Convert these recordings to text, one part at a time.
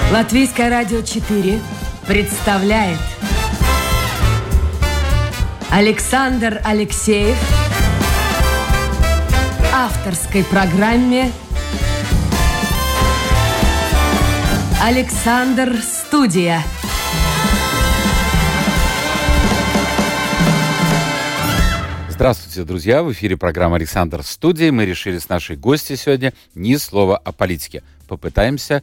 Латвийское радио 4 представляет Александр Алексеев в авторской программе «Александр Студия». Здравствуйте, друзья! В эфире программа «Александр Студия». Мы решили с нашей гостьей сегодня ни слова о политике. Попытаемся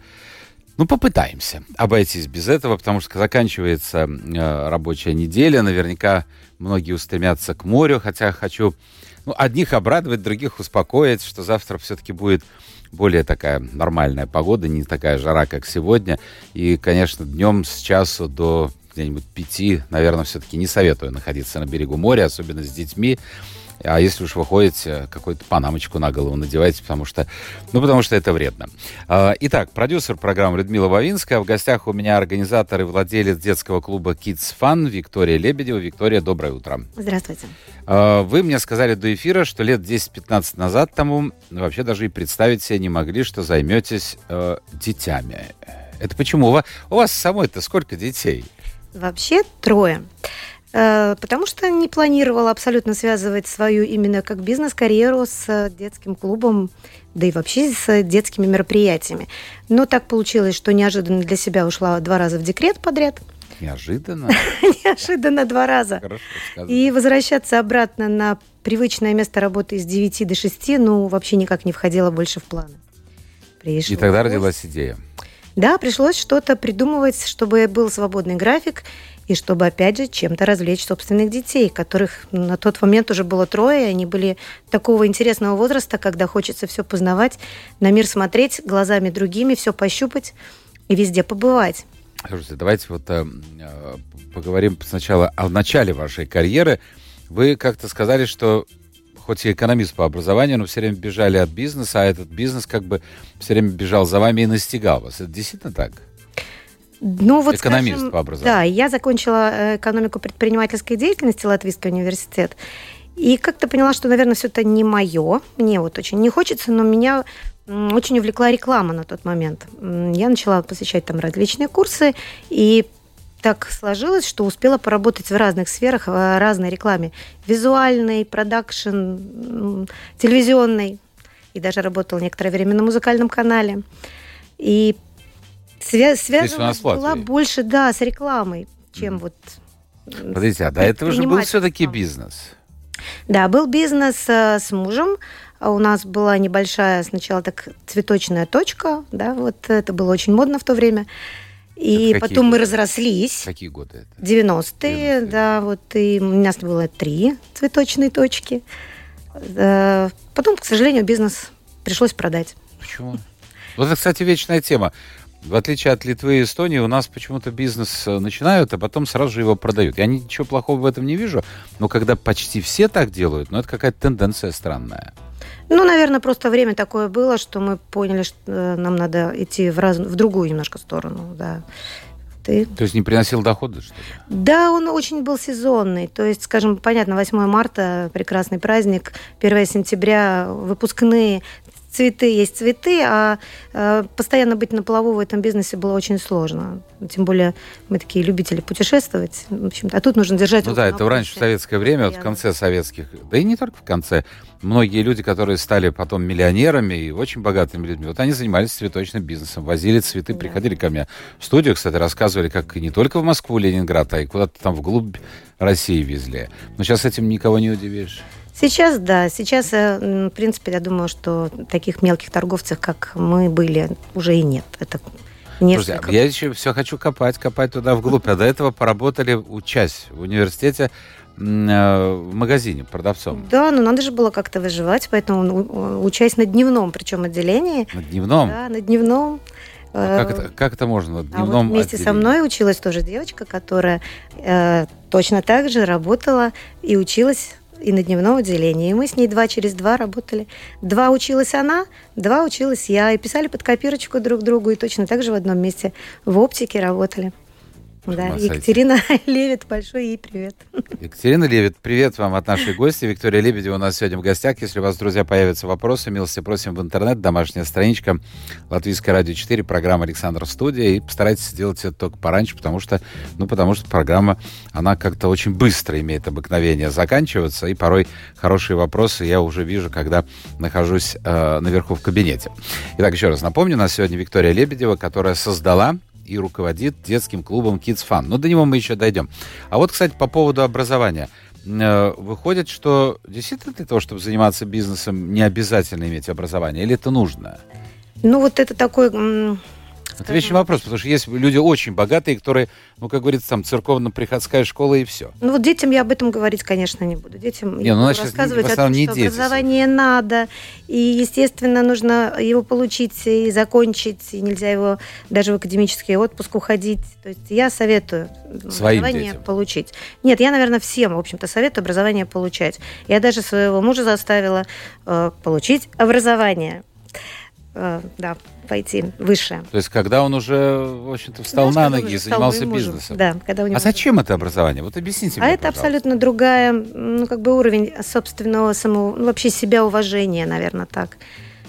обойтись без этого, потому что заканчивается рабочая неделя. Наверняка многие устремятся к морю, хотя хочу одних обрадовать, других успокоить, что завтра все-таки будет более такая нормальная погода, не такая жара, как сегодня. И, конечно, днем с часу до где-нибудь 5, наверное, все-таки не советую находиться на берегу моря, особенно с детьми. А если уж вы ходите, какую-то панамочку на голову надевайте, потому что это вредно. Итак, продюсер программы Людмила Вавинская. В гостях у меня организатор и владелец детского клуба Kids Fun Виктория Лебедева. Виктория, доброе утро. Здравствуйте. Вы мне сказали до эфира, что лет 10-15 назад тому вообще даже и представить себе не могли, что займетесь детьми. Это почему? У вас самой-то сколько детей? Вообще 3. Потому что не планировала абсолютно связывать свою именно как бизнес-карьеру с детским клубом, да и вообще с детскими мероприятиями. Но так получилось, что неожиданно для себя ушла 2 раза в декрет подряд. Неожиданно? Неожиданно 2 раза. Хорошо сказано. И возвращаться обратно на привычное место работы с 9 до 6, вообще никак не входило больше в планы. И тогда родилась идея. Да, пришлось что-то придумывать, чтобы был свободный график, и чтобы, опять же, чем-то развлечь собственных детей, которых на тот момент уже было 3, и они были такого интересного возраста, когда хочется все познавать, на мир смотреть глазами другими, все пощупать и везде побывать. Слушайте, давайте поговорим сначала о начале вашей карьеры. Вы как-то сказали, что хоть и экономист по образованию, но все время бежали от бизнеса, а этот бизнес как бы все время бежал за вами и настигал вас. Это действительно так? Экономист по образованию. Да, я закончила экономику предпринимательской деятельности, Латвийский университет, и как-то поняла, что, наверное, все это не мое. Мне очень не хочется, но меня очень увлекла реклама на тот момент. Я начала посещать там различные курсы, и так сложилось, что успела поработать в разных сферах, в разной рекламе. Визуальной, продакшн, телевизионной. И даже работала некоторое время на музыкальном канале. И связана была больше, с рекламой, чем Подождите, а до этого же был все-таки бизнес. Да, был бизнес с мужем. У нас была небольшая сначала цветочная точка. Да, это было очень модно в то время. И потом мы разрослись. Какие годы это? 90-е, да, и у нас было 3 цветочные точки. Потом, к сожалению, бизнес пришлось продать. Почему? Это, кстати, вечная тема. В отличие от Литвы и Эстонии, у нас почему-то бизнес начинают, а потом сразу же его продают. Я ничего плохого в этом не вижу, но когда почти все так делают, это какая-то тенденция странная. Наверное, просто время такое было, что мы поняли, что нам надо идти в другую немножко сторону, да. То есть не приносил дохода, что ли? Да, он очень был сезонный. То есть, скажем, понятно, 8 марта – прекрасный праздник, 1 сентября – выпускные, цветы есть цветы, а постоянно быть на плаву в этом бизнесе было очень сложно. Тем более мы такие любители путешествовать. В общем-то, а тут нужно держать... Это раньше, в советское время, в конце советских, да и не только в конце, многие люди, которые стали потом миллионерами и очень богатыми людьми, они занимались цветочным бизнесом, возили цветы, приходили ко мне в студию, кстати, рассказывали, как не только в Москву, Ленинград, а и куда-то там вглубь России везли. Но сейчас этим никого не удивишь. Сейчас, да. Сейчас, в принципе, я думаю, что таких мелких торговцев, как мы были, уже и нет. Это Друзья, я еще все хочу копать туда вглубь. А до этого поработали, учась в университете, в магазине продавцом. Да, надо же было как-то выживать, поэтому учась на дневном, причем отделении. На дневном? Да, на дневном. Как это можно на дневном вместе отделении? со мной училась тоже девочка, которая точно так же работала и училась и на дневном отделении. И мы с ней 2 через 2 работали. 2 училась она, 2 училась я. И писали под копирочку друг другу. И точно так же в одном месте в оптике работали. Да, на сайте. Екатерина Левит, большой ей привет. Екатерина Левит, привет вам от нашей гости. Виктория Лебедева у нас сегодня в гостях. Если у вас, друзья, появятся вопросы, милости просим в интернет, домашняя страничка Латвийское радио 4, программа «Александр в студии». И постарайтесь сделать это только пораньше, потому что программа, она как-то очень быстро имеет обыкновение заканчиваться, и порой хорошие вопросы я уже вижу, когда нахожусь наверху в кабинете. Итак, еще раз напомню, у нас сегодня Виктория Лебедева, которая создала и руководит детским клубом Kids Fun. Но до него мы еще дойдем. А вот, кстати, по поводу образования. Выходит, что действительно для того, чтобы заниматься бизнесом, не обязательно иметь образование? Или это нужно? Ну, вот это такой... Это вечный вопрос, потому что есть люди очень богатые, которые, как говорится, там церковно-приходская школа и все. Ну вот детям я об этом говорить, конечно, не буду. Детям я буду рассказывать о том, что образование надо, и, естественно, нужно его получить и закончить, и нельзя его даже в академический отпуск уходить. То есть я советую образование получить. Нет, я, наверное, всем, в общем-то, советую образование получать. Я даже своего мужа заставила получить образование. Да, пойти выше. То есть, когда он уже, в общем-то, встал на ноги и занимался бизнесом. Да, когда у него... А зачем это образование? Вот объясните мне, это пожалуйста. Абсолютно другая, уровень собственного вообще себя уважения, наверное, так.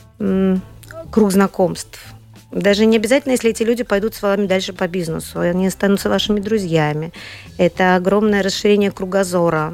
Круг знакомств. Даже не обязательно, если эти люди пойдут с вами дальше по бизнесу, они останутся вашими друзьями. Это огромное расширение кругозора.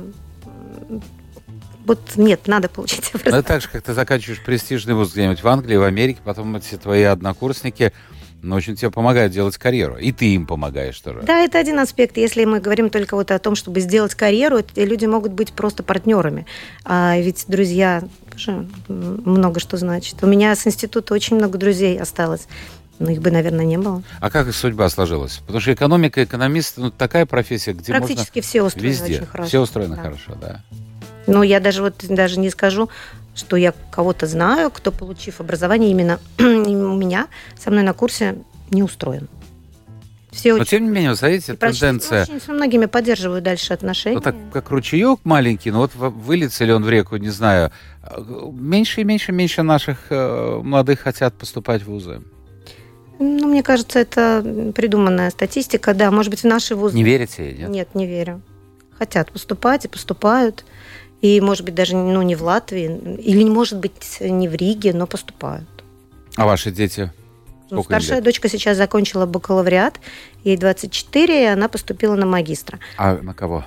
Вот нет, надо получить образование. Это так же, как ты заканчиваешь престижный вуз где-нибудь в Англии, в Америке, потом эти твои однокурсники очень тебе помогают делать карьеру. И ты им помогаешь тоже. Да, это один аспект. Если мы говорим только вот о том, чтобы сделать карьеру, люди могут быть просто партнерами. А ведь друзья тоже много что значит. У меня с института очень много друзей осталось. Но их бы, наверное, не было. А как их судьба сложилась? Потому что экономика, экономист, такая профессия, где практически можно... все устроено везде. Очень хорошо. Все устроено хорошо, да. Ну, я даже не скажу, что я кого-то знаю, кто, получив образование именно у меня, со мной на курсе не устроен. Все но, тем не менее, вы знаете, тенденция... Очень с многими поддерживаю дальше отношения. Так, как ручеек маленький, выльется ли он в реку, не знаю. Меньше и меньше наших молодых хотят поступать в вузы. Мне кажется, это придуманная статистика. Да, может быть, в наши вузы... Не верите ей, нет? Нет, не верю. Хотят поступать и поступают. И, может быть, даже не в Латвии, или, может быть, не в Риге, но поступают. А ваши дети? Старшая дочка сейчас закончила бакалавриат, ей 24, и она поступила на магистра. А на кого?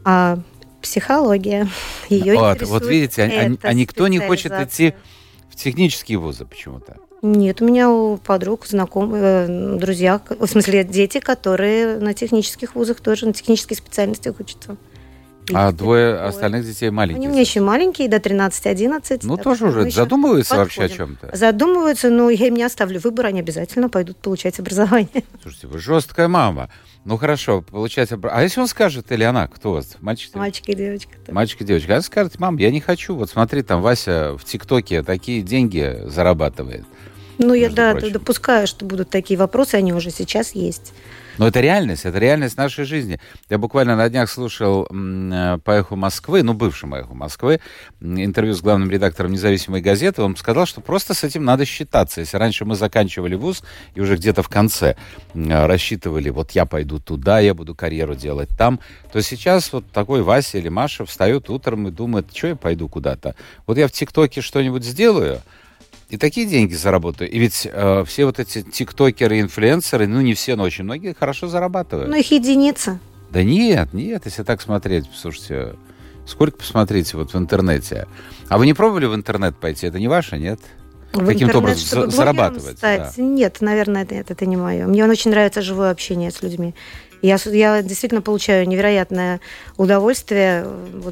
Психология. Ее вот видите, никто не хочет идти в технические вузы почему-то. Нет, у меня у подруг, знакомых, друзья, в смысле дети, которые на технических вузах тоже, на технических специальностях учатся. А двое остальных детей маленькие? Они у меня еще маленькие, до 13-11. Тоже уже задумываются вообще о чем-то? Задумываются, но я им не оставлю выбор, они обязательно пойдут получать образование. Слушайте, вы жесткая мама. Хорошо, получать образование. А если он скажет, или она, кто у вас? Мальчик и девочка. Мальчик и девочка. А скажет, мам, я не хочу. Вот смотри, там Вася в ТикТоке такие деньги зарабатывает. Я допускаю, что будут такие вопросы, они уже сейчас есть. Но это реальность нашей жизни. Я буквально на днях слушал по «Эху Москвы», бывшему «Эху Москвы», интервью с главным редактором «Независимой газеты». Он сказал, что просто с этим надо считаться. Если раньше мы заканчивали вуз и уже где-то в конце рассчитывали, вот я пойду туда, я буду карьеру делать там, то сейчас вот такой Вася или Маша встает утром и думает, что я пойду куда-то. Вот я в ТикТоке что-нибудь сделаю, и такие деньги заработаю. И ведь все вот эти тиктокеры, инфлюенсеры, не все, но очень многие хорошо зарабатывают. Их единица. Да нет, если так смотреть, слушайте, сколько посмотрите вот в интернете. А вы не пробовали в интернет пойти? Это не ваше, нет? Каким-то образом зарабатывать? Да. Нет, наверное, это не мое. Мне очень нравится живое общение с людьми. Я действительно получаю невероятное удовольствие,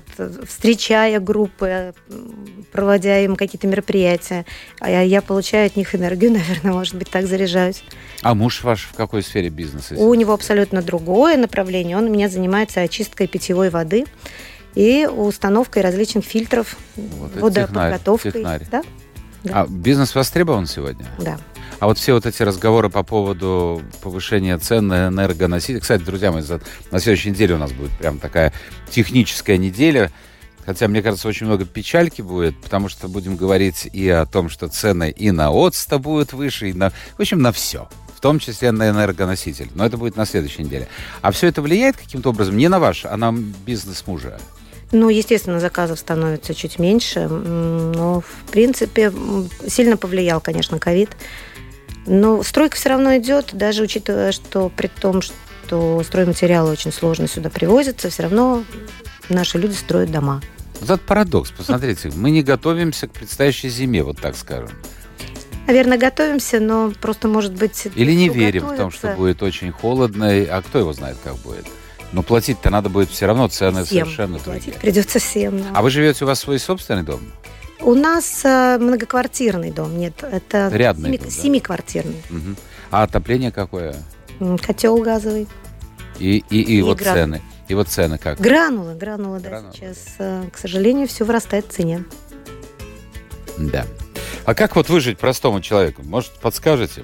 встречая группы, проводя им какие-то мероприятия. А я получаю от них энергию, наверное, может быть, так заряжаюсь. А муж ваш в какой сфере бизнеса? У него абсолютно другое направление. Он у меня занимается очисткой питьевой воды и установкой различных фильтров, водоподготовкой. Технарь. Да? А бизнес востребован сегодня? Да. А вот все вот эти разговоры по поводу повышения цен на энергоносители... Кстати, друзья мои, на следующей неделе у нас будет прям такая техническая неделя. Хотя, мне кажется, очень много печальки будет, потому что будем говорить и о том, что цены и на оцта будут выше, и на... В общем, на все. в том числе на энергоноситель. Но это будет на следующей неделе. А все это влияет каким-то образом не на ваш, а на бизнес мужа? Ну, естественно, заказов становится чуть меньше, но, в принципе, сильно повлиял, конечно, ковид. Но стройка все равно идет, даже учитывая, что при том, что стройматериалы очень сложно сюда привозятся, все равно наши люди строят дома. Вот этот парадокс, посмотрите, мы не готовимся к предстоящей зиме, вот так скажем. Наверное, готовимся, но просто, может быть... Или не верим в том, что будет очень холодно, а кто его знает, как будет. Но платить-то надо будет все равно, цены всем. Совершенно платить другие. Придется всем, да. А вы живете, у вас свой собственный дом? У нас многоквартирный дом, нет, это Рядный дом, да? Семиквартирный. Угу. А отопление какое? Котел газовый. И вот цены. И вот цены как? Гранулы, да, сейчас, к сожалению, все вырастает в цене. Да. А как вот выжить простому человеку? Может, подскажете?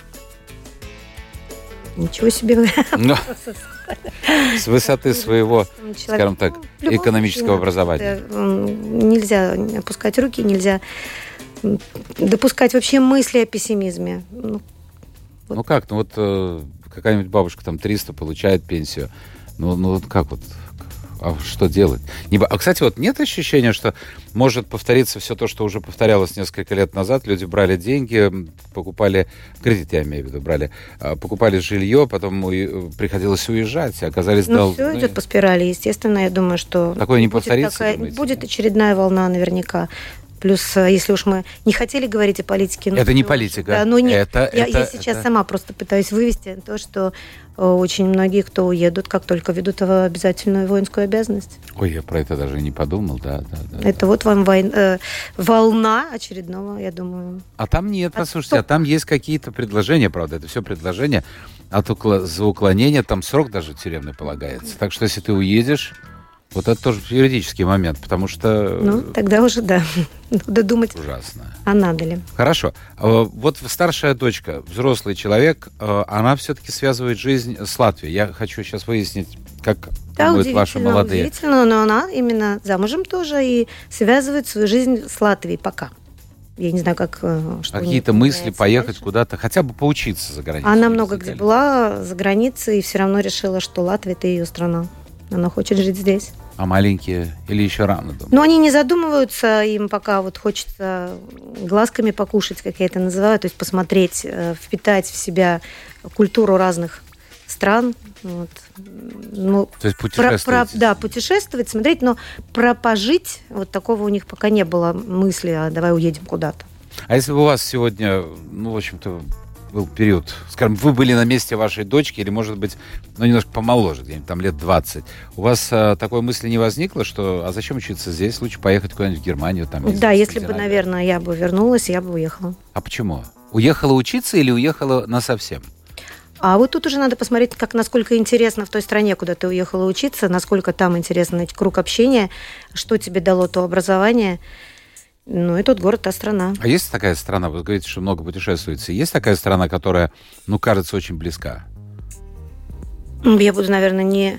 Ничего себе. С высоты своего, скажем так, экономического образования. Нельзя опускать руки, нельзя допускать вообще мысли о пессимизме. Ну как, ну вот какая-нибудь бабушка там 300 получает пенсию. Ну как вот, а что делать? Кстати, вот нет ощущения, что может повториться все то, что уже повторялось несколько лет назад. Люди брали деньги, покупали, кредит я имею в виду, брали, покупали жилье, потом приходилось уезжать, оказались должны. Все идет по спирали, естественно, я думаю, что такое не повторится. Будет очередная волна наверняка. Плюс, если уж мы не хотели говорить о политике... Это не политика. Да, но нет. Я сейчас сама просто пытаюсь вывести то, что очень многие, кто уедут, как только ведут обязательную воинскую обязанность. Ой, я про это даже не подумал, да. Это вот вам волна очередного, я думаю. А там нет, послушайте, там есть какие-то предложения, правда, это все предложения. За уклонение там срок даже тюремный полагается. Так что, если ты уедешь... Вот это тоже юридический момент, потому что... Ну, тогда уже, да. Надо думать. Ужасно. А надо ли? Хорошо. Вот старшая дочка, взрослый человек, она все-таки связывает жизнь с Латвией. Я хочу сейчас выяснить, как думают ваши молодые. Удивительно, но она именно замужем тоже и связывает свою жизнь с Латвией пока. Я не знаю, как... Какие-то мысли поехать дальше куда-то, хотя бы поучиться за границей. Она много где была за границей и все равно решила, что Латвия – это ее страна. Она хочет жить здесь. А маленькие или еще рано дома? Но они не задумываются, им пока вот хочется глазками покушать, как я это называю, то есть посмотреть, впитать в себя культуру разных стран. Вот. Ну, то есть путешествовать? Да, путешествовать, смотреть, но про пожить, вот такого у них пока не было мысли, а давай уедем куда-то. А если бы у вас сегодня, в общем-то, был период, скажем, вы были на месте вашей дочки, или, может быть, немножко помоложе, где-нибудь там лет 20, у вас такой мысли не возникло, что а зачем учиться здесь, лучше поехать куда-нибудь в Германию? Там, да, если бы, наверное, я бы вернулась, я бы уехала. А почему? Уехала учиться или уехала насовсем? А вот тут уже надо посмотреть, насколько интересно в той стране, куда ты уехала учиться, насколько там интересно найти круг общения, что тебе дало то образование. Ну, и тот город, та страна. А есть такая страна, вы говорите, что много путешествуете, есть такая страна, которая, кажется очень близка? Я буду, наверное, не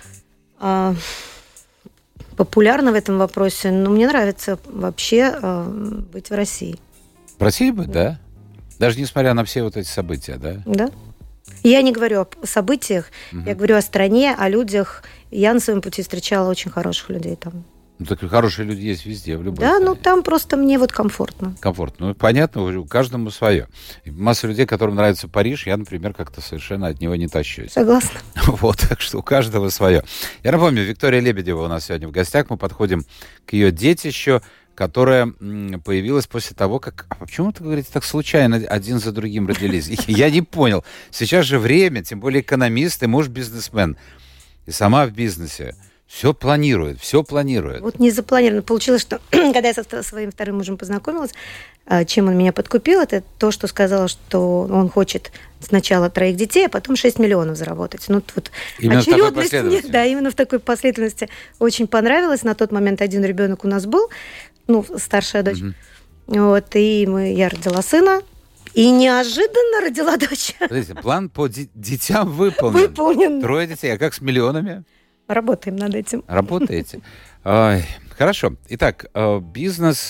популярна в этом вопросе, но мне нравится вообще быть в России. В России быть, да? Даже несмотря на все вот эти события, да? Да. Я не говорю о событиях, я говорю о стране, о людях. Я на своем пути встречала очень хороших людей там. Так хорошие люди есть везде, в любой стране. Да, там просто мне вот комфортно. Комфортно. Понятно, каждому свое. Масса людей, которым нравится Париж, я, например, как-то совершенно от него не тащусь. Согласна. Вот, так что у каждого свое. Я напомню, Виктория Лебедева у нас сегодня в гостях. Мы подходим к ее детищу, которая появилась после того, как... А почему ты говорите так случайно один за другим родились? Я не понял. Сейчас же время, тем более экономист и муж бизнесмен. И сама в бизнесе. Все планирует. Вот не запланировано. Получилось, что когда я со своим вторым мужем познакомилась, чем он меня подкупил, это то, что сказал, что он хочет сначала 3 детей, а потом 6 миллионов заработать. Ну, вот именно в такой последовательности. Да, именно в такой последовательности. Очень понравилось. На тот момент один ребенок у нас был, старшая дочь. Вот, и я родила сына. И неожиданно родила дочь. Смотрите, план по детям выполнен. 3 детей. А как с миллионами? Работаем над этим. Работаете? Хорошо. Итак, бизнес,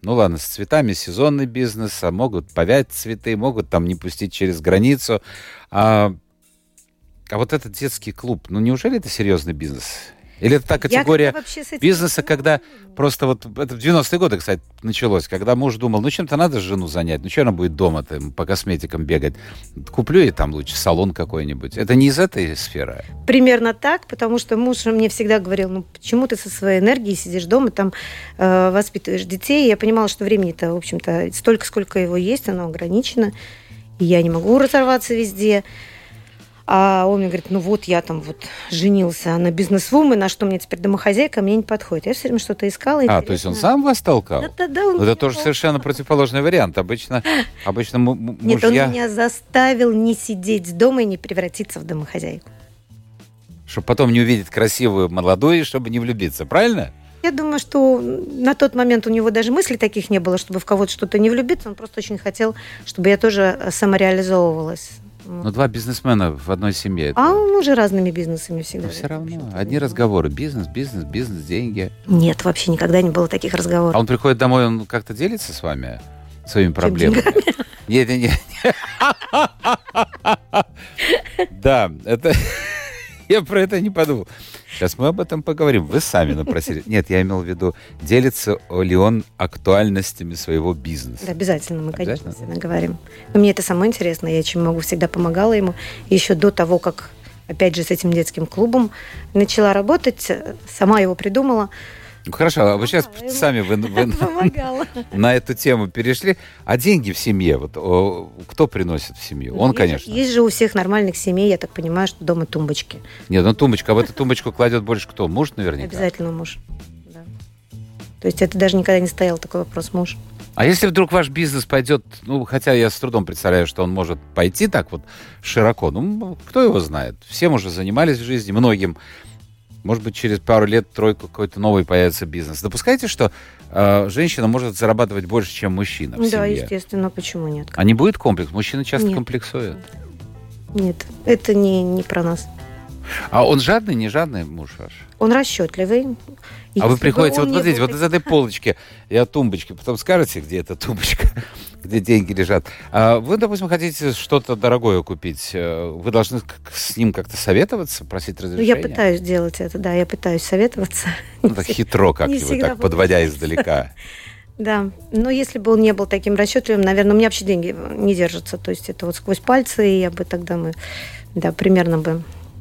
Ну ладно, с цветами сезонный бизнес, а могут повять цветы, могут там не пустить через границу. А вот этот детский клуб, ну неужели это серьезный бизнес? Или это та категория бизнеса, когда просто вот это в 90-е годы, кстати, началось, когда муж думал, ну чем-то надо жену занять, ну что она будет дома там по косметикам бегать? Куплю ей там лучше салон какой-нибудь. Это не из этой сферы? Примерно так, потому что муж мне всегда говорил, ну почему ты со своей энергией сидишь дома, там воспитываешь детей. Я понимала, что времени-то, в общем-то, столько, сколько его есть, оно ограничено. И я не могу разорваться везде. А он мне говорит, ну вот я там вот женился на бизнесвумен, а что мне теперь домохозяйка, мне не подходит. Я все время что-то искала. То есть он сам вас толкал? Да, это тоже совершенно противоположный вариант. Обычно мужья... Нет, он меня заставил не сидеть дома и не превратиться в домохозяйку. Чтобы потом не увидеть красивую молодую, чтобы не влюбиться, правильно? Я думаю, что на тот момент у него даже мыслей таких не было, чтобы в кого-то что-то не влюбиться. Он просто очень хотел, чтобы я тоже самореализовывалась. Но два бизнесмена в одной семье. А мы же разными бизнесами всегда. Но все равно. Одни разговоры. Бизнес, деньги. Нет, вообще никогда не было таких разговоров. А он приходит домой, он как-то делится с вами своими проблемами? Нет. Да, это... Я про это не подумал. Сейчас мы об этом поговорим. Вы сами напросили. Нет, я имел в виду, делится ли он актуальностями своего бизнеса. Да, обязательно. Мы, конечно, всегда говорим. Но мне это самое интересное. Я чем могу, всегда помогала ему. Еще до того, как, опять же, с этим детским клубом начала работать, сама его придумала. Ну, хорошо, а вы сейчас сами вы на эту тему перешли. А деньги в семье, вот кто приносит в семью? Он, конечно. Есть же у всех нормальных семей, я так понимаю, что дома тумбочки. Нет, ну тумбочка, а в эту тумбочку кладет больше кто? Муж наверняка? Обязательно муж, да. То есть это даже никогда не стоял такой вопрос, муж. А если вдруг ваш бизнес пойдет, ну, хотя я с трудом представляю, что он может пойти так вот широко, ну, кто его знает? Всем уже занимались в жизни, многим. Может быть, через пару лет, тройку какой-то новый появится бизнес. Допускаете, что женщина может зарабатывать больше, чем мужчина в семье? Да, естественно. Почему нет? А не будет комплекс? Мужчины часто комплексуют. Нет, это не про нас. А он жадный, не жадный муж ваш? Он расчетливый. А вы приходите, вот смотрите, вот из этой полочки и тумбочки, потом скажете, где эта тумбочка, где деньги лежат. А вы, допустим, хотите что-то дорогое купить, вы должны с ним как-то советоваться, просить разрешения? Я пытаюсь делать это, да, я пытаюсь советоваться. Ну, так хитро как-нибудь, так подводя издалека. Да, но если бы он не был таким расчетливым, наверное, у меня вообще деньги не держатся. То есть это вот сквозь пальцы, и я бы тогда примерно бы...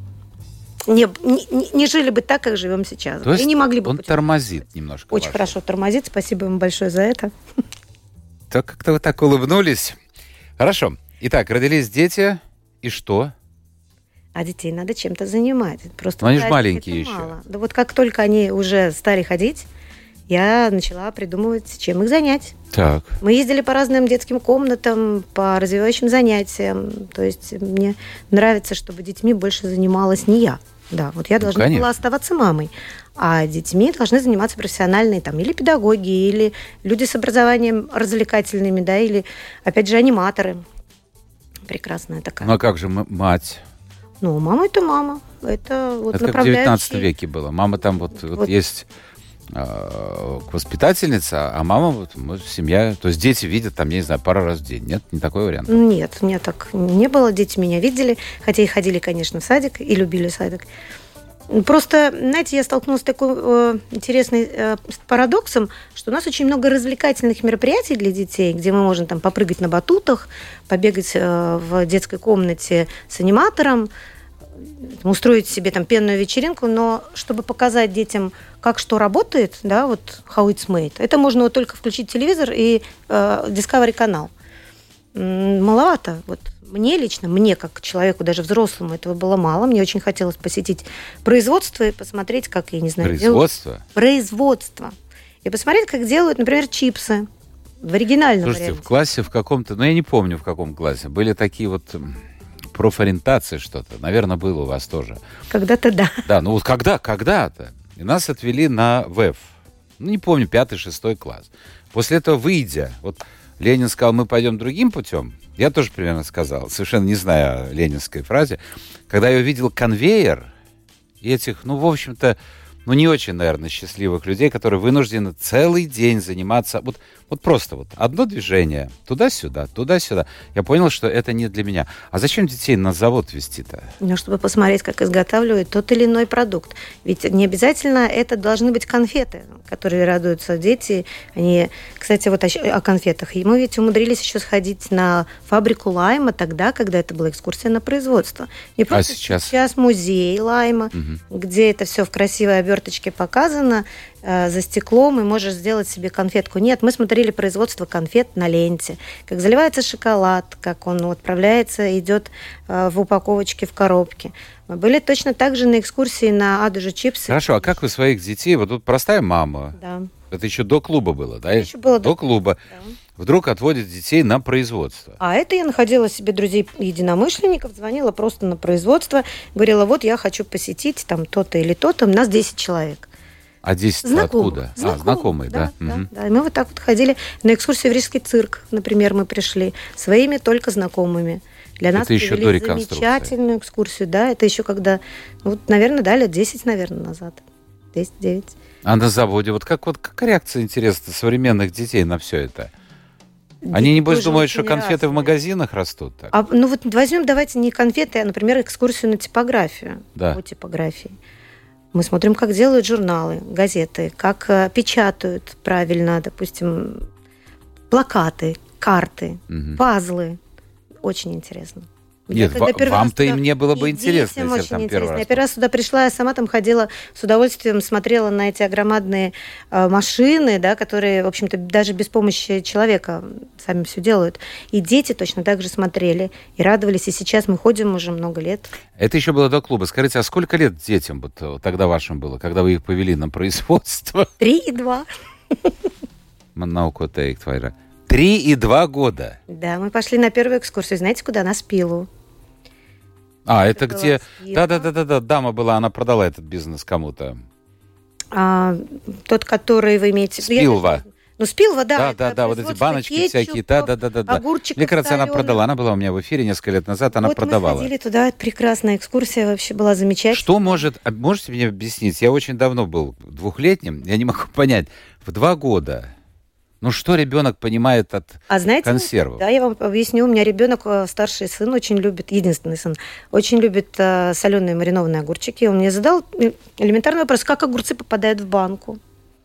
Не жили бы так, как живем сейчас. То есть и не могли бы он тормозит немножко. Очень хорошо тормозит. Спасибо ему большое за это. Так как-то вы так улыбнулись. Хорошо. Итак, родились дети. И что? А детей надо чем-то занимать. Просто но они же маленькие еще. Мало. Да вот как только они уже стали ходить, я начала придумывать, чем их занять. Так. Мы ездили по разным детским комнатам, по развивающим занятиям. То есть мне нравится, чтобы детьми больше занималась не я. Да, вот я должна была оставаться мамой, а детьми должны заниматься профессиональные там или педагоги, или люди с образованием развлекательными, да, или, опять же, аниматоры. Прекрасная такая. Ну а как же мать? Ну, мама – это мама. Это вот как в 19 веке было. Мама там вот есть воспитательница, а мама, семья, то есть дети видят там, я не знаю, пару раз в день. Нет, не такой вариант? Нет, у меня так не было. Дети меня видели, хотя и ходили, конечно, в садик, и любили садик. Просто, знаете, я столкнулась с такой интересным парадоксом, что у нас очень много развлекательных мероприятий для детей, где мы можем там попрыгать на батутах, побегать в детской комнате с аниматором, устроить себе там пенную вечеринку, но чтобы показать детям, как что работает, да, вот how it's made, это можно вот только включить телевизор и Discovery канал. Маловато. Вот мне лично, мне как человеку, даже взрослому, этого было мало. Мне очень хотелось посетить производство и посмотреть, как, я не знаю... Производство? Производство. И посмотреть, как делают, например, чипсы в оригинальном варианте. Слушайте, в классе в каком-то, ну я не помню в каком классе, были такие вот... профориентации что-то. Наверное, было у вас тоже. Когда-то да. Да, ну вот когда-то. И нас отвели на ВЭФ. Ну, не помню, 5-6 класс. После этого, выйдя, вот Ленин сказал, мы пойдем другим путем. Я тоже примерно сказал, совершенно не зная о ленинской фразе. Когда я увидел конвейер и этих, ну, в общем-то, не очень, наверное, счастливых людей, которые вынуждены целый день заниматься. Вот просто вот одно движение туда-сюда, туда-сюда. Я понял, что это не для меня. А зачем детей на завод везти-то? Ну, чтобы посмотреть, как изготавливают тот или иной продукт. Ведь не обязательно это должны быть конфеты, которые радуются дети. Они, кстати, вот о конфетах. И мы ведь умудрились еще сходить на фабрику лайма тогда, когда это была экскурсия на производство. Не просто сейчас музей лайма, где это все в красивой оберточке показано, за стеклом, и можешь сделать себе конфетку. Нет, мы смотрели производство конфет на ленте, как заливается шоколад, как он отправляется, идет в упаковочке, в коробке. Мы были точно так же на экскурсии на Адажу чипсы. Хорошо, а как вы своих детей, вот тут простая мама, да. Это еще до клуба было, да? Еще было до клуба. Да. Вдруг отводит детей на производство. А это я находила себе друзей-единомышленников, звонила просто на производство, говорила, вот я хочу посетить там то-то или то-то, у нас 10 человек. А 10 откуда? Знакомые, да? Да. И мы вот так вот ходили на экскурсию в Рижский цирк, например, мы пришли своими только знакомыми. Для нас это еще до реконструкции. Замечательную экскурсию, да, это еще когда, наверное, лет 10, назад, 10-9. А на заводе, какая реакция, интересна, современных детей на все это? Они, небось, думают, что конфеты в магазинах растут? Так? Возьмем, давайте не конфеты, а, например, экскурсию на типографию. Да. По типографии. Мы смотрим, как делают журналы, газеты, как печатают правильно, допустим, плакаты, карты, пазлы. Очень интересно. Нет, вам-то им не было бы интересно, если очень там интересно. первый раз. Я первый раз сюда пришла, я сама там ходила, с удовольствием смотрела на эти огромадные машины, да, которые, в общем-то, даже без помощи человека сами все делают. И дети точно так же смотрели и радовались. И сейчас мы ходим уже много лет. Это еще было до клуба. Скажите, а сколько лет детям тогда вашим было, когда вы их повели на производство? 3 и 2. 3 и 2 года. Да, мы пошли на первую экскурсию. Знаете, куда? На Спилу. Это где... Да, дама была, она продала этот бизнес кому-то. Тот, который вы имеете... Спилва. Спилва, да. Да, вот эти баночки всякие. Да. Огурчиков. Мне кажется, она продала. Она была у меня в эфире несколько лет назад, она продавала. Мы ходили туда, прекрасная экскурсия, вообще была замечательная. Что можете мне объяснить? Я очень давно был двухлетним, я не могу понять. В 2 года... что ребенок понимает от консервов? Да, я вам объясню. У меня ребенок, старший сын, очень любит, единственный сын, очень любит соленые маринованные огурчики. Он мне задал элементарный вопрос, как огурцы попадают в банку.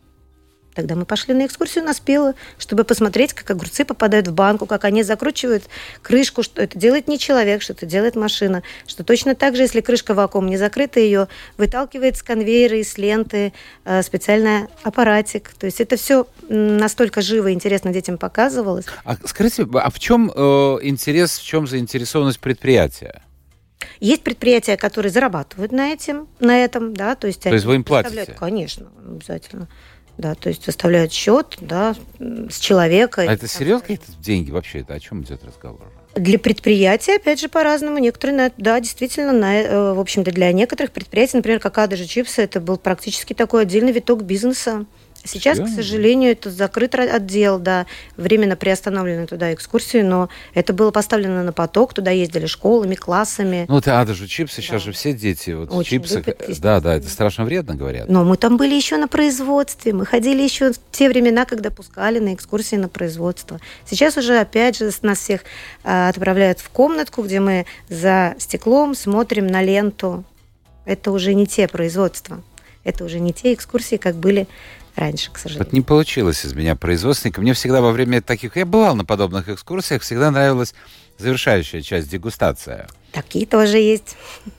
Тогда мы пошли на экскурсию на Спилу, чтобы посмотреть, как огурцы попадают в банку, как они закручивают крышку, что это делает не человек, что это делает машина, что точно так же, если крышка вакуум не закрыта, ее выталкивает с конвейера и с ленты специальный аппаратик. То есть это все настолько живо и интересно детям показывалось. Скажите, а в чем интерес, в чем заинтересованность предприятия? Есть предприятия, которые зарабатывают на этом, да, то есть вы им платите? Конечно, обязательно. Да, то есть выставляют счет, да, с человека. А это серьезно какие-то деньги вообще? Это о чем идет разговор? Для предприятия, опять же, по-разному. Некоторые, да, действительно, в общем-то, для некоторых предприятий, например, как Адажу чипсы, это был практически такой отдельный виток бизнеса. Сейчас, к сожалению, это закрыт отдел, да, временно приостановлены туда экскурсии, но это было поставлено на поток, туда ездили школами, классами. Это Адажу чипсы, сейчас же все дети, чипсы, да, это страшно вредно, говорят. Но мы там были еще на производстве, мы ходили еще в те времена, когда пускали на экскурсии на производство. Сейчас уже, опять же, нас всех отправляют в комнатку, где мы за стеклом смотрим на ленту. Это уже не те производства, это уже не те экскурсии, как были раньше, к сожалению. Вот не получилось из меня производственника. Мне всегда во время таких... Я бывал на подобных экскурсиях, всегда нравилась завершающая часть, дегустация. Такие тоже есть.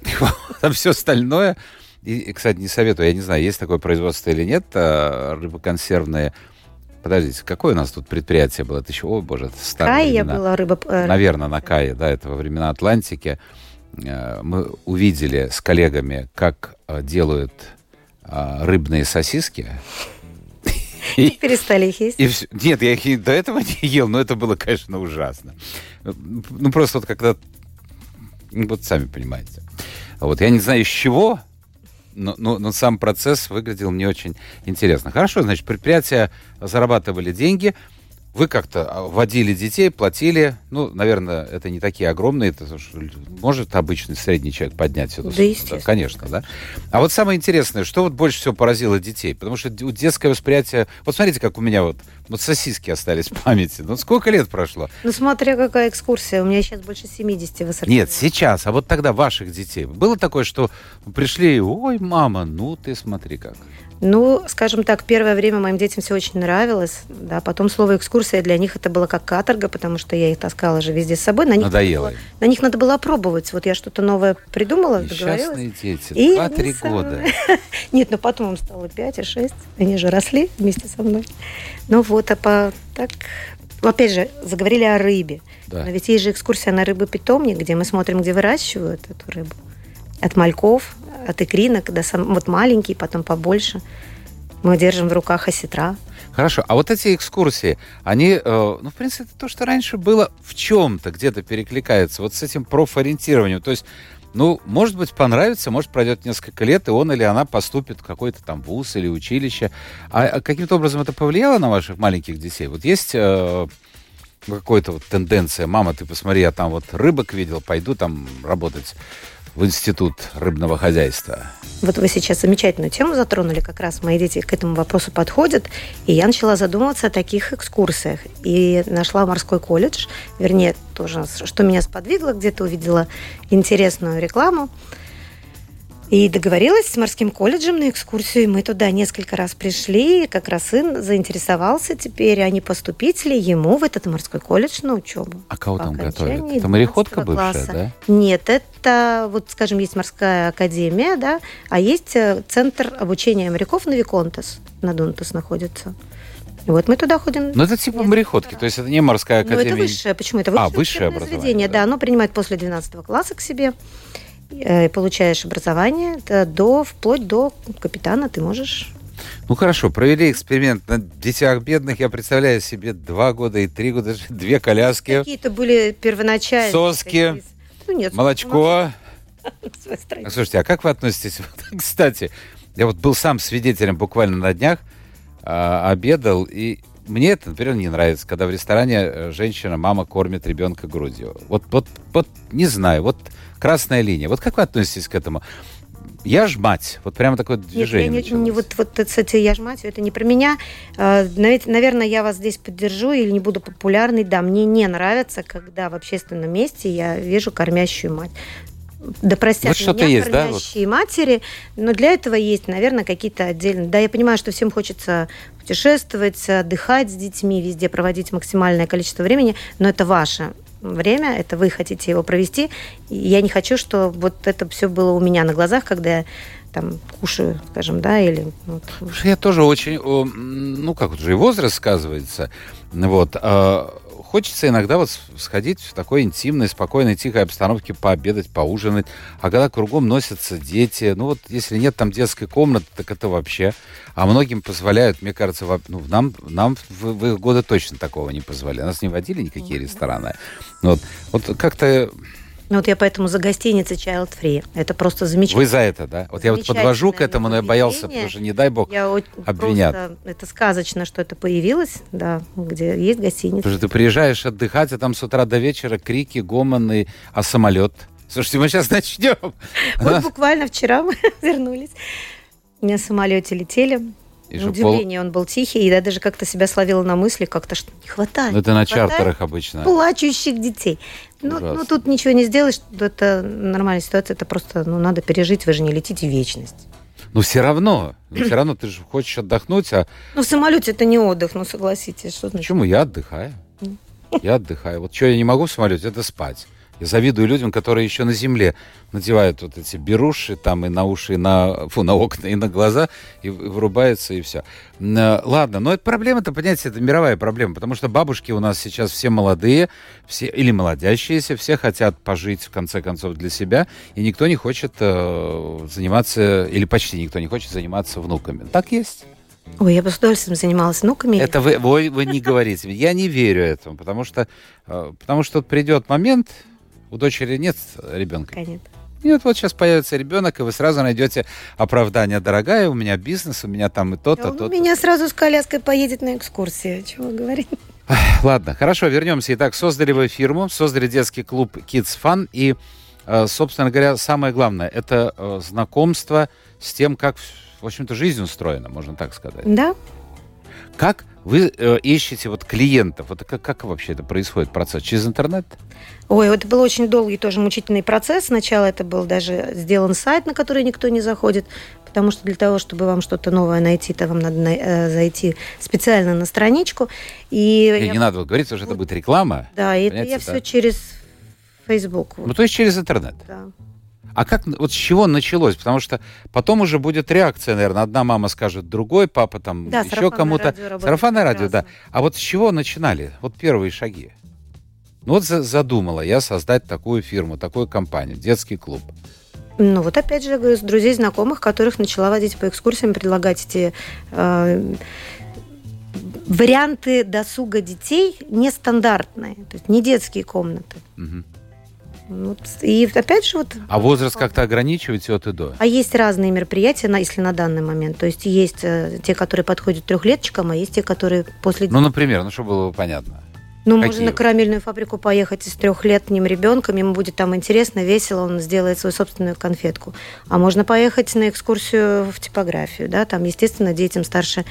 Там все остальное... И, кстати, не советую, я не знаю, есть такое производство или нет, рыбоконсервные... Подождите, какое у нас тут предприятие было? Это еще, о боже, это старые времена. Кая была Наверное, на Кае, да, это во времена Атлантики. Мы увидели с коллегами, как делают рыбные сосиски. И перестали их есть? Нет, я их и до этого не ел, но это было, конечно, ужасно. Просто когда... сами понимаете. Я не знаю, из чего, но сам процесс выглядел мне очень интересно. Хорошо, значит, предприятия зарабатывали деньги. вы как-то водили детей, платили, ну, наверное, это не такие огромные, это может обычный средний человек поднять это? Да, естественно. Да, конечно, да. А вот самое интересное, что вот больше всего поразило детей? Потому что детское восприятие... Вот смотрите, как у меня вот сосиски остались в памяти. Ну, сколько лет прошло? Ну, смотря какая экскурсия. У меня сейчас больше 70 в ассортименте. Нет, сейчас. А вот тогда ваших детей. Было такое, что пришли, ой, мама, ну ты смотри как. Ну, скажем так, первое время моим детям все очень нравилось. Да, потом слово экскурсия для них это было как каторга, потому что я их таскала же везде с собой. Надоело. На них надо было опробовать. Вот я что-то новое придумала, договорилась. Несчастные дети, И 2-3 года. Нет, но потом им стало 5 и 6. Они же росли вместе со мной. Ну вот, так... Опять же, заговорили о рыбе. Да. Но ведь есть же экскурсия на рыбопитомник, где мы смотрим, где выращивают эту рыбу. От мальков, от икринок, вот маленький, потом побольше. Мы держим в руках осетра. Хорошо, а вот эти экскурсии, они, ну, в принципе, то, что раньше было в чем-то где-то перекликается, вот с этим профориентированием. То есть, ну, может быть, понравится, может, пройдет несколько лет, и он или она поступит в какой-то там вуз или училище. А каким-то образом это повлияло на ваших маленьких детей? Вот есть какая-то вот тенденция, мама, ты посмотри, я там вот рыбок видел, пойду там работать в институт рыбного хозяйства. Вот вы сейчас замечательную тему затронули, как раз мои дети к этому вопросу подходят, и я начала задумываться о таких экскурсиях. И нашла морской колледж, вернее, тоже, что меня сподвигло, где-то увидела интересную рекламу, и договорилась с морским колледжем на экскурсию, и мы туда несколько раз пришли, и как раз сын заинтересовался теперь, а не поступить ли ему в этот морской колледж на учебу. А кого там готовят? Это мореходка бывшая, класса. Да? Нет, это, вот, скажем, есть морская академия, да, а есть центр обучения моряков на Виконтас, на Дунтас находится. И вот мы туда ходим. Ну, это типа мореходки, то есть это не морская академия. Ну, это высшее. Почему? Это высшее образование. заведение, да, оно принимает после 12 класса к себе. Получаешь образование вплоть до капитана ты можешь. Ну хорошо, провели эксперимент на детях бедных, я представляю себе 2 года и 3 года, 2 коляски. Какие-то были первоначальные. Соски, ну, нет, молочко. Слушайте, а как вы относитесь? Кстати, я вот был сам свидетелем буквально на днях, обедал, и мне это, например, не нравится, когда в ресторане женщина, мама кормит ребенка грудью. Вот не знаю, вот красная линия. Вот как вы относитесь к этому? Я ж мать. Вот прямо такое движение началось. Вот, кстати, я ж мать, это не про меня. Наверное, я вас здесь поддержу или не буду популярной. Да, мне не нравится, когда в общественном месте я вижу кормящую мать. Да простят вот меня есть, кормящие матери, но для этого есть, наверное, какие-то отдельные... Да, я понимаю, что всем хочется путешествовать, отдыхать с детьми, везде проводить максимальное количество времени, но это ваше время, это вы хотите его провести. И я не хочу, чтобы вот это все было у меня на глазах, когда я там кушаю, скажем, да, или... Вот. Я тоже очень... Ну, как уже и возраст сказывается. Вот. Хочется иногда вот сходить в такой интимной, спокойной, тихой обстановке, пообедать, поужинать. А когда кругом носятся дети, ну вот если нет там детской комнаты, так это вообще. А многим позволяют, мне кажется, нам в их годы точно такого не позволяли. Нас не водили никакие рестораны. Вот как-то... Ну вот я поэтому за гостиницей Child Free. Это просто замечательно. Вы за это, да? Вот я вот подвожу к этому, но я боялся, потому что, не дай бог, обвинят. Это сказочно, что это появилось, да, где есть гостиница. Потому что ты приезжаешь отдыхать, а там с утра до вечера крики, гомоны, а самолет? Слушайте, мы сейчас начнем. Вот буквально вчера мы вернулись. На самолете летели. На удивление, он был тихий, и я даже как-то себя словила на мысли, как-то что не хватает. Ну, это на чартерах обычно. Плачущих детей. Ну, тут ничего не сделаешь, это нормальная ситуация, это просто, надо пережить, вы же не летите в вечность. Но все равно ты же хочешь отдохнуть, а... Ну, в самолете это не отдых, согласитесь. Что значит? Почему? Я отдыхаю. Я отдыхаю. Вот что я не могу в самолете, это спать. Я завидую людям, которые еще на земле надевают вот эти беруши там и на уши, и на окна, и на глаза, и вырубаются, и все. Ладно, но это проблема-то, понимаете, это мировая проблема, потому что бабушки у нас сейчас все молодые, все или молодящиеся, все хотят пожить, в конце концов, для себя, и никто не хочет заниматься, или почти никто не хочет заниматься внуками. Так есть? Ой, я бы с удовольствием занималась внуками. Это вы не говорите. Я не верю этому, потому что придет момент... У дочери нет ребенка? Нет. Нет, вот сейчас появится ребенок, и вы сразу найдете оправдание. Дорогая, у меня бизнес, у меня там и то-то, то-то. У меня сразу с коляской поедет на экскурсию. Чего вы говорите? Ладно, хорошо, вернемся. Итак, создали вы фирму, создали детский клуб Kids Fun. И, собственно говоря, самое главное, это знакомство с тем, как, в общем-то, жизнь устроена, можно так сказать. Да. Как вы ищете вот клиентов? Вот как вообще это происходит, процесс? Через интернет? Ой, это был очень долгий, тоже мучительный процесс. Сначала это был даже сделан сайт, на который никто не заходит, потому что для того, чтобы вам что-то новое найти, то вам надо зайти специально на страничку. Не надо вот говорить, потому что это будет реклама. Да, и это я все через Facebook. Ну, то есть через интернет? Да. А как, вот с чего началось? Потому что потом уже будет реакция, наверное. Одна мама скажет другой, папа там еще кому-то. Сарафанное радио, да. А вот с чего начинали? Вот первые шаги. Ну вот задумала я создать такую фирму, такую компанию, детский клуб. Ну вот опять же, с друзей, знакомых, которых начала водить по экскурсиям, предлагать эти варианты досуга детей нестандартные, то есть не детские комнаты. Угу. Вот. И опять же вот... А возраст как-то ограничиваете от и до? А есть разные мероприятия, если на данный момент. То есть есть те, которые подходят трехлеточкам, а есть те, которые после... Ну, например, чтобы было понятно. Ну, можно на карамельную фабрику поехать с 3-летним ребенком, ему будет там интересно, весело, он сделает свою собственную конфетку. А можно поехать на экскурсию в типографию, да, там, естественно, детям старше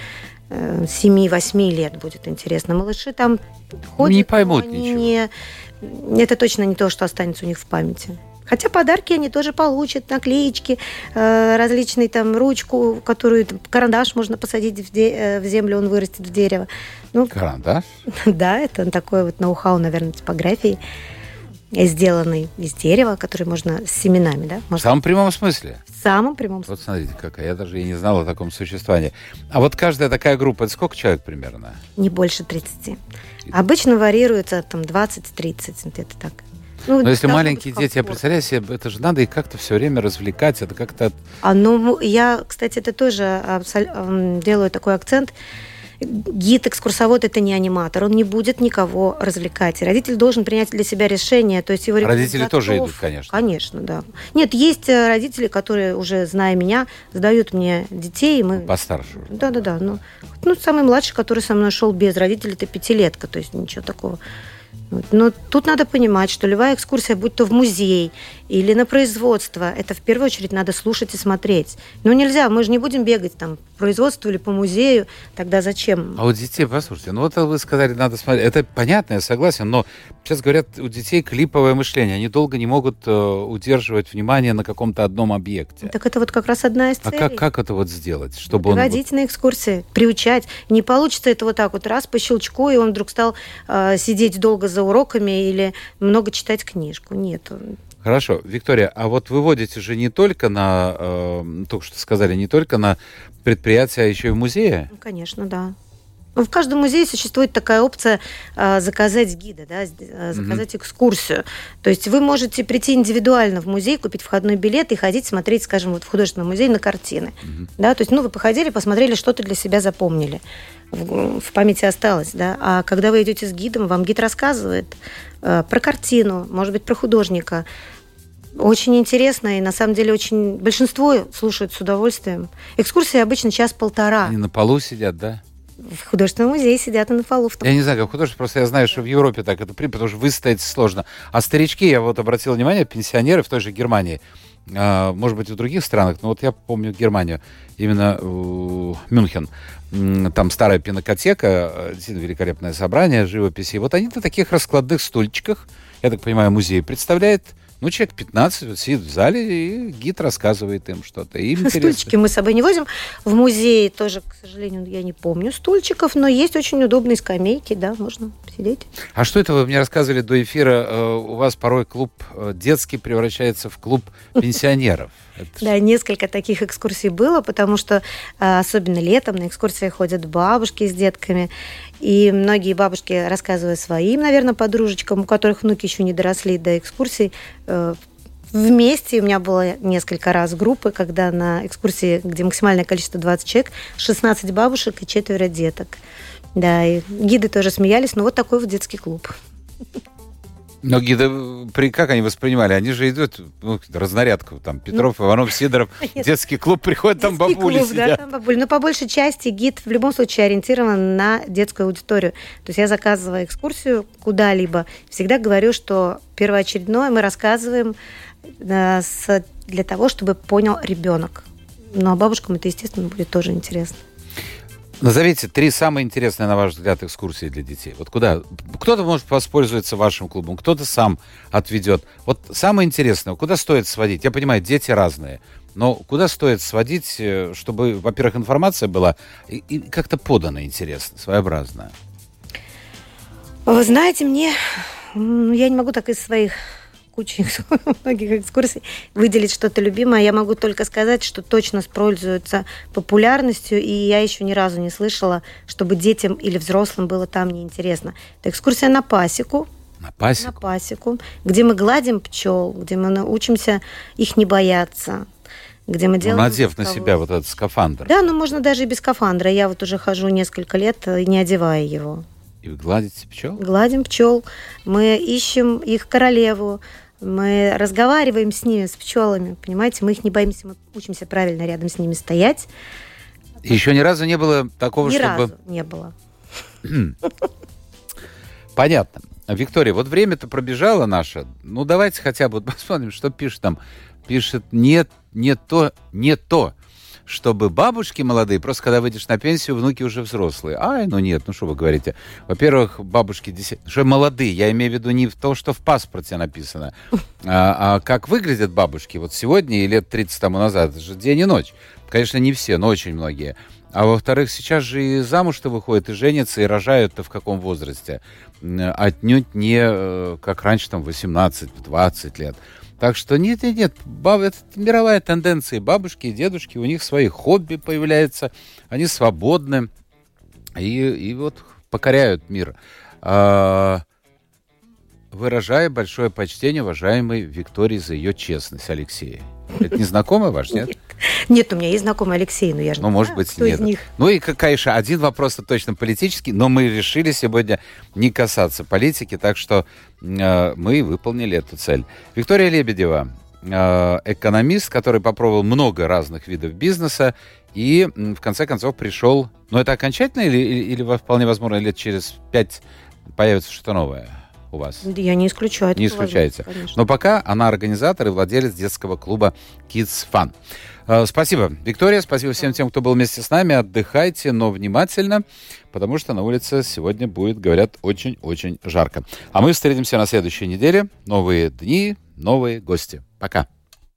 7-8 лет будет интересно. Малыши там ходят, не поймут ничего. Это точно не то, что останется у них в памяти. Хотя подарки они тоже получат, наклеечки, различные там ручку, которую карандаш можно посадить в землю, он вырастет в дерево. Ну, карандаш? Да, это такой вот ноу-хау, наверное, типографии, сделанный из дерева, который можно с семенами, да? В самом прямом смысле? В самом прямом смысле. Вот смотрите, какая. Я даже и не знала о таком существовании. А вот каждая такая группа, это сколько человек примерно? Не больше 30. Обычно варьируется там 20-30, где-то так. Ну, но если маленькие дети, я представляю себе, это же надо их как-то все время развлекать, это как-то... Я, кстати, это тоже делаю такой акцент. Гид-экскурсовод – это не аниматор, он не будет никого развлекать. И родитель должен принять для себя решение. То есть его родители тоже идут, конечно. Конечно, да. Нет, есть родители, которые, уже зная меня, сдают мне детей. И мы... Постарше. Да. Ну, самый младший, который со мной шел без родителей, это 5-летка, то есть ничего такого. Но тут надо понимать, что любая экскурсия, будь то в музей или на производство, это в первую очередь надо слушать и смотреть. Ну нельзя, мы же не будем бегать там по производству или по музею, тогда зачем? А у детей, послушайте, ну вот вы сказали, надо смотреть, это понятно, я согласен, но сейчас говорят, у детей клиповое мышление, они долго не могут удерживать внимание на каком-то одном объекте. Так это вот как раз одна из целей. А как это вот сделать? Чтобы приводить на экскурсии, приучать. Не получится это вот так вот раз по щелчку, и он вдруг стал сидеть долго за уроками или много читать книжку. Нет. Хорошо. Виктория, а вот вы водите же не только на, только что сказали, не только на предприятия, а еще и в музее? Конечно, да. В каждом музее существует такая опция заказать гида, да, заказать экскурсию. То есть вы можете прийти индивидуально в музей, купить входной билет и ходить смотреть, скажем, вот в художественном музее на картины. Да, то есть, вы походили, посмотрели, что-то для себя запомнили. В памяти осталось, да. А когда вы идете с гидом, вам гид рассказывает про картину, может быть, про художника. Очень интересно, и на самом деле большинство слушают с удовольствием. Экскурсии обычно 1-1.5. Они на полу сидят, да? В художественном музее сидят и на полу. Я не знаю, как художник, просто я знаю, что в Европе так это принято, потому что выстоять сложно. А старички, я вот обратил внимание, пенсионеры в той же Германии, может быть, и в других странах, но вот я помню Германию, именно Мюнхен, там старая пинакотека, действительно великолепное собрание живописи. Вот они на таких раскладных стульчиках, я так понимаю, музей представляет. Человек 15 вот сидит в зале, и гид рассказывает им что-то. Им стульчики мы с собой не возим. В музее тоже, к сожалению, я не помню стульчиков, но есть очень удобные скамейки, да, можно сидеть. А что это вы мне рассказывали до эфира? У вас порой клуб детский превращается в клуб пенсионеров. Да, несколько таких экскурсий было, потому что особенно летом на экскурсии ходят бабушки с детками, и многие бабушки рассказывают своим, наверное, подружечкам, у которых внуки еще не доросли до экскурсий, вместе. У меня было несколько раз группы, когда на экскурсии, где максимальное количество 20 человек, 16 бабушек и 4 деток. Да, и гиды тоже смеялись, но вот такой вот детский клуб. Многие, как они воспринимали? Они же идут, разнарядка, там, Петров, Иванов, Сидоров, детский клуб, приходят, там бабули сидят. Да, там бабули. Но по большей части гид в любом случае ориентирован на детскую аудиторию. То есть я заказываю экскурсию куда-либо, всегда говорю, что первоочередное мы рассказываем для того, чтобы понял ребенок. Ну, а бабушкам это, естественно, будет тоже интересно. Назовите 3 самые интересные, на ваш взгляд, экскурсии для детей. Вот куда? Кто-то может воспользоваться вашим клубом, кто-то сам отведет. Вот самое интересное, куда стоит сводить? Я понимаю, дети разные, но куда стоит сводить, чтобы, во-первых, информация была и как-то подана интересно, своеобразно? Вы знаете, я не могу так из своих кучи многих экскурсий выделить что-то любимое. Я могу только сказать, что точно пользуются популярностью, и я еще ни разу не слышала, чтобы детям или взрослым было там неинтересно. Это экскурсия на пасеку. На пасеку? На пасеку, где мы гладим пчел, где мы учимся их не бояться, где мы делаем... надев на себя вот этот скафандр. Да, но можно даже и без скафандра. Я вот уже хожу несколько лет, не одевая его. И вы гладите пчел? Гладим пчел. Мы ищем их королеву. Мы разговариваем с ними, с пчелами. Понимаете, мы их не боимся, мы учимся правильно рядом с ними стоять. Еще ни разу не было такого, ни чтобы... Ни разу не было. Понятно. Виктория, вот время-то пробежало наше. Ну, давайте хотя бы посмотрим, что пишет там. Пишет, не то. Чтобы бабушки молодые, просто когда выйдешь на пенсию, внуки уже взрослые. Нет, что вы говорите. Во-первых, бабушки уже молодые. Я имею в виду не то, что в паспорте написано, а как выглядят бабушки. Вот сегодня и лет 30 тому назад, это же день и ночь. Конечно, не все, но очень многие. А во-вторых, сейчас же и замуж-то выходят, и женятся, и рожают-то в каком возрасте. Отнюдь не как раньше, там, 18-20 лет. Так что нет, это мировая тенденция. Бабушки и дедушки, у них свои хобби появляются, они свободны и вот покоряют мир. Выражаю большое почтение уважаемой Виктории за ее честность, Алексей. Это не знакомый ваш, нет? Нет, у меня есть знакомый Алексей, но я же не может знаю, быть, кто нет. из них. Ну и, конечно, один вопрос точно политический, но мы решили сегодня не касаться политики, так что мы выполнили эту цель. Виктория Лебедева, экономист, который попробовал много разных видов бизнеса и, в конце концов, пришел... это окончательно или вполне возможно лет через 5 появится что-то новое у вас? Я не исключаю. Не исключаете. Но пока она организатор и владелец детского клуба Kids Fun. Спасибо, Виктория. Спасибо всем тем, кто был вместе с нами. Отдыхайте, но внимательно, потому что на улице сегодня будет, говорят, очень-очень жарко. А мы встретимся на следующей неделе. Новые дни, новые гости. Пока.